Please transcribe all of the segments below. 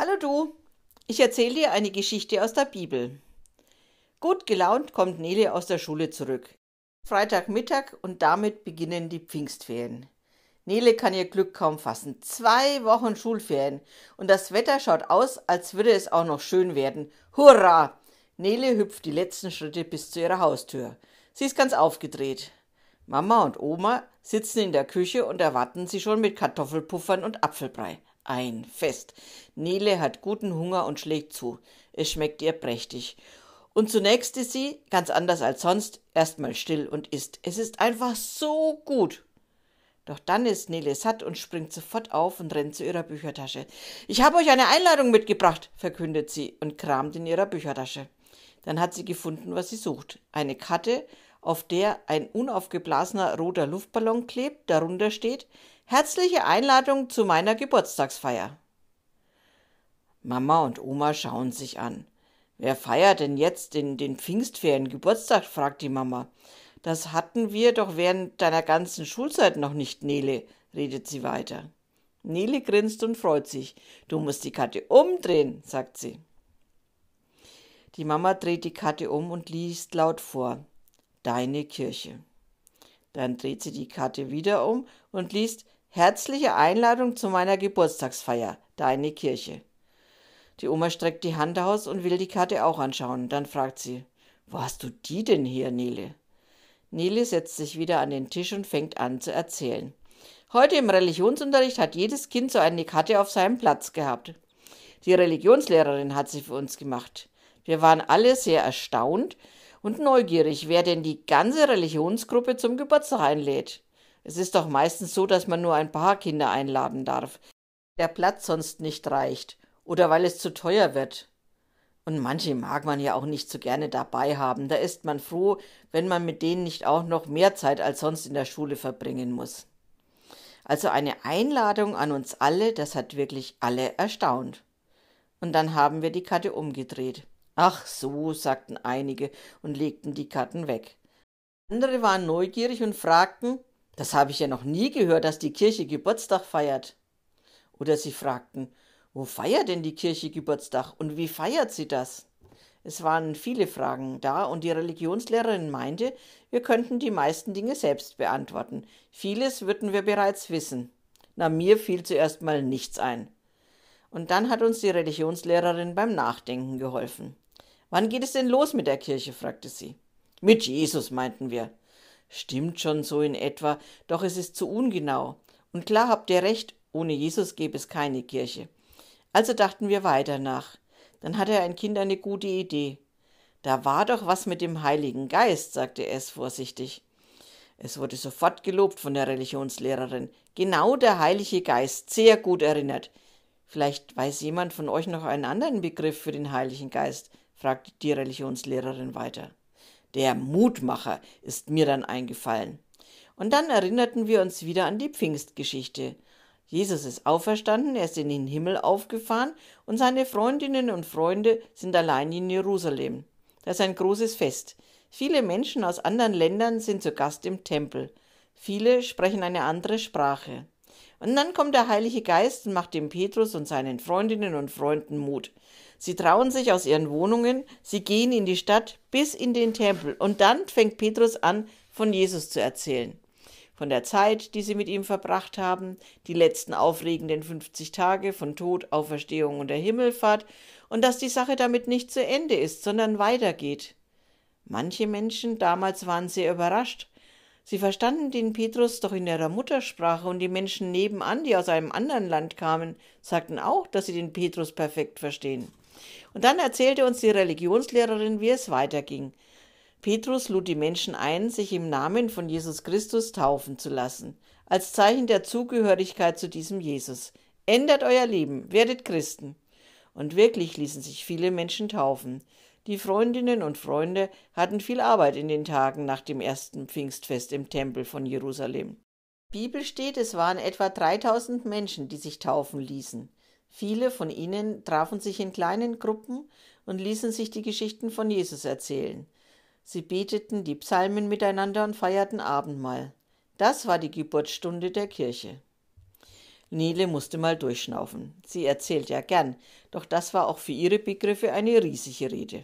Hallo du, ich erzähle dir eine Geschichte aus der Bibel. Gut gelaunt kommt Nele aus der Schule zurück. Freitagmittag und damit beginnen die Pfingstferien. Nele kann ihr Glück kaum fassen. 2 Wochen Schulferien und das Wetter schaut aus, als würde es auch noch schön werden. Hurra! Nele hüpft die letzten Schritte bis zu ihrer Haustür. Sie ist ganz aufgedreht. Mama und Oma sitzen in der Küche und erwarten sie schon mit Kartoffelpuffern und Apfelbrei. Ein Fest. Nele hat guten Hunger und schlägt zu. Es schmeckt ihr prächtig. Und zunächst ist sie, ganz anders als sonst, erstmal still und isst. Es ist einfach so gut. Doch dann ist Nele satt und springt sofort auf und rennt zu ihrer Büchertasche. »Ich habe euch eine Einladung mitgebracht«, verkündet sie und kramt in ihrer Büchertasche. Dann hat sie gefunden, was sie sucht. Eine Karte, auf der ein unaufgeblasener roter Luftballon klebt. Darunter steht: »Herzliche Einladung zu meiner Geburtstagsfeier.« Mama und Oma schauen sich an. »Wer feiert denn jetzt in den Pfingstferien Geburtstag?«, fragt die Mama. »Das hatten wir doch während deiner ganzen Schulzeit noch nicht, Nele«, redet sie weiter. Nele grinst und freut sich. »Du musst die Karte umdrehen«, sagt sie. Die Mama dreht die Karte um und liest laut vor: »Deine Kirche.« Dann dreht sie die Karte wieder um und liest: »Herzliche Einladung zu meiner Geburtstagsfeier, deine Kirche.« Die Oma streckt die Hand aus und will die Karte auch anschauen. Dann fragt sie: »Wo hast du die denn her, Nele?« Nele setzt sich wieder an den Tisch und fängt an zu erzählen. Heute im Religionsunterricht hat jedes Kind so eine Karte auf seinem Platz gehabt. Die Religionslehrerin hat sie für uns gemacht. Wir waren alle sehr erstaunt und neugierig, wer denn die ganze Religionsgruppe zum Geburtstag einlädt. Es ist doch meistens so, dass man nur ein paar Kinder einladen darf, der Platz sonst nicht reicht oder weil es zu teuer wird. Und manche mag man ja auch nicht so gerne dabei haben. Da ist man froh, wenn man mit denen nicht auch noch mehr Zeit als sonst in der Schule verbringen muss. Also eine Einladung an uns alle, das hat wirklich alle erstaunt. Und dann haben wir die Karte umgedreht. »Ach so«, sagten einige und legten die Karten weg. Andere waren neugierig und fragten: »Das habe ich ja noch nie gehört, dass die Kirche Geburtstag feiert.« Oder sie fragten: »Wo feiert denn die Kirche Geburtstag und wie feiert sie das?« Es waren viele Fragen da und die Religionslehrerin meinte, wir könnten die meisten Dinge selbst beantworten. Vieles würden wir bereits wissen. Na, mir fiel zuerst mal nichts ein. Und dann hat uns die Religionslehrerin beim Nachdenken geholfen. »Wann geht es denn los mit der Kirche?«, fragte sie. »Mit Jesus«, meinten wir. »Stimmt schon so in etwa, doch es ist zu ungenau. Und klar habt ihr recht, ohne Jesus gäbe es keine Kirche.« Also dachten wir weiter nach. Dann hatte ein Kind eine gute Idee. »Da war doch was mit dem Heiligen Geist«, sagte es vorsichtig. Es wurde sofort gelobt von der Religionslehrerin. Genau, der Heilige Geist, sehr gut erinnert. »Vielleicht weiß jemand von euch noch einen anderen Begriff für den Heiligen Geist?«, fragte die Religionslehrerin weiter. »Der Mutmacher« ist mir dann eingefallen. Und dann erinnerten wir uns wieder an die Pfingstgeschichte. Jesus ist auferstanden, er ist in den Himmel aufgefahren und seine Freundinnen und Freunde sind allein in Jerusalem. Das ist ein großes Fest. Viele Menschen aus anderen Ländern sind zu Gast im Tempel. Viele sprechen eine andere Sprache. Und dann kommt der Heilige Geist und macht dem Petrus und seinen Freundinnen und Freunden Mut. Sie trauen sich aus ihren Wohnungen, sie gehen in die Stadt bis in den Tempel und dann fängt Petrus an, von Jesus zu erzählen. Von der Zeit, die sie mit ihm verbracht haben, die letzten aufregenden 50 Tage von Tod, Auferstehung und der Himmelfahrt und dass die Sache damit nicht zu Ende ist, sondern weitergeht. Manche Menschen damals waren sehr überrascht. Sie verstanden den Petrus doch in ihrer Muttersprache und die Menschen nebenan, die aus einem anderen Land kamen, sagten auch, dass sie den Petrus perfekt verstehen. Und dann erzählte uns die Religionslehrerin, wie es weiterging. Petrus lud die Menschen ein, sich im Namen von Jesus Christus taufen zu lassen, als Zeichen der Zugehörigkeit zu diesem Jesus. Ändert euer Leben, werdet Christen. Und wirklich ließen sich viele Menschen taufen. Die Freundinnen und Freunde hatten viel Arbeit in den Tagen nach dem ersten Pfingstfest im Tempel von Jerusalem. In der Bibel steht, es waren etwa 3000 Menschen, die sich taufen ließen. Viele von ihnen trafen sich in kleinen Gruppen und ließen sich die Geschichten von Jesus erzählen. Sie beteten die Psalmen miteinander und feierten Abendmahl. Das war die Geburtsstunde der Kirche. Nele musste mal durchschnaufen. Sie erzählt ja gern, doch das war auch für ihre Begriffe eine riesige Rede.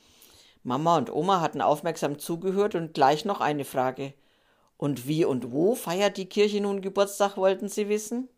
Mama und Oma hatten aufmerksam zugehört und gleich noch eine Frage. Und wie und wo feiert die Kirche nun Geburtstag, wollten sie wissen?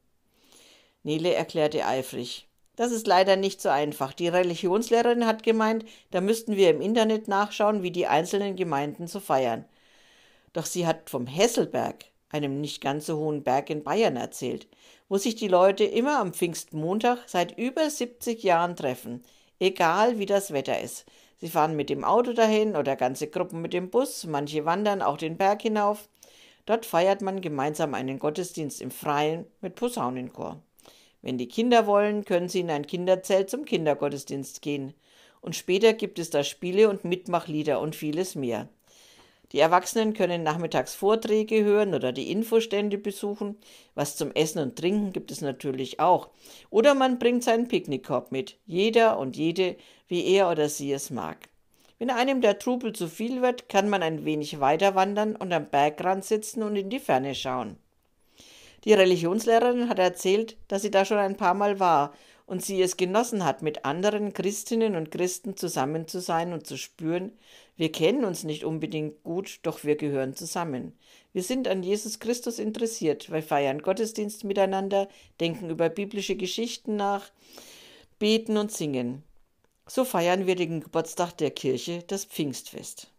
Nele erklärte eifrig. Das ist leider nicht so einfach. Die Religionslehrerin hat gemeint, da müssten wir im Internet nachschauen, wie die einzelnen Gemeinden so feiern. Doch sie hat vom Hesselberg, einem nicht ganz so hohen Berg in Bayern, erzählt, wo sich die Leute immer am Pfingstmontag seit über 70 Jahren treffen, egal wie das Wetter ist. Sie fahren mit dem Auto dahin oder ganze Gruppen mit dem Bus, manche wandern auch den Berg hinauf. Dort feiert man gemeinsam einen Gottesdienst im Freien mit Posaunenchor. Wenn die Kinder wollen, können sie in ein Kinderzelt zum Kindergottesdienst gehen. Und später gibt es da Spiele und Mitmachlieder und vieles mehr. Die Erwachsenen können nachmittags Vorträge hören oder die Infostände besuchen. Was zum Essen und Trinken gibt es natürlich auch. Oder man bringt seinen Picknickkorb mit, jeder und jede, wie er oder sie es mag. Wenn einem der Trubel zu viel wird, kann man ein wenig weiter wandern und am Bergrand sitzen und in die Ferne schauen. Die Religionslehrerin hat erzählt, dass sie da schon ein paar Mal war und sie es genossen hat, mit anderen Christinnen und Christen zusammen zu sein und zu spüren, wir kennen uns nicht unbedingt gut, doch wir gehören zusammen. Wir sind an Jesus Christus interessiert, wir feiern Gottesdienst miteinander, denken über biblische Geschichten nach, beten und singen. So feiern wir den Geburtstag der Kirche, das Pfingstfest.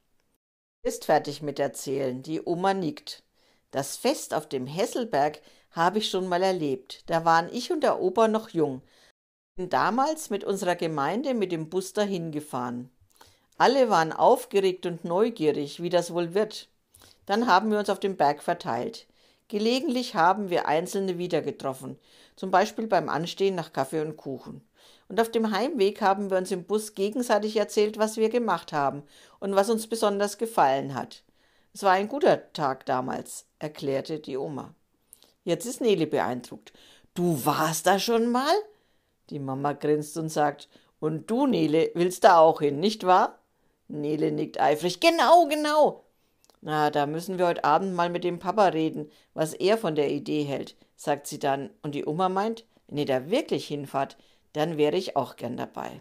Ist fertig mit Erzählen, die Oma nickt. Das Fest auf dem Hesselberg habe ich schon mal erlebt. Da waren ich und der Opa noch jung. Bin damals mit unserer Gemeinde mit dem Bus dahin gefahren. Alle waren aufgeregt und neugierig, wie das wohl wird. Dann haben wir uns auf dem Berg verteilt. Gelegentlich haben wir Einzelne wieder getroffen, zum Beispiel beim Anstehen nach Kaffee und Kuchen. Und auf dem Heimweg haben wir uns im Bus gegenseitig erzählt, was wir gemacht haben und was uns besonders gefallen hat. Es war ein guter Tag damals, erklärte die Oma. Jetzt ist Nele beeindruckt. Du warst da schon mal? Die Mama grinst und sagt, und du, Nele, willst da auch hin, nicht wahr? Nele nickt eifrig. Genau, genau. Na, da müssen wir heute Abend mal mit dem Papa reden, was er von der Idee hält, sagt sie dann. Und die Oma meint, wenn ihr da wirklich hinfahrt, dann wäre ich auch gern dabei.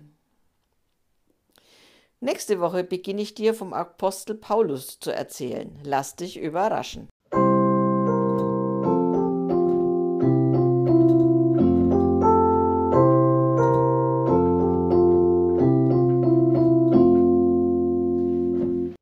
Nächste Woche beginne ich dir vom Apostel Paulus zu erzählen. Lass dich überraschen.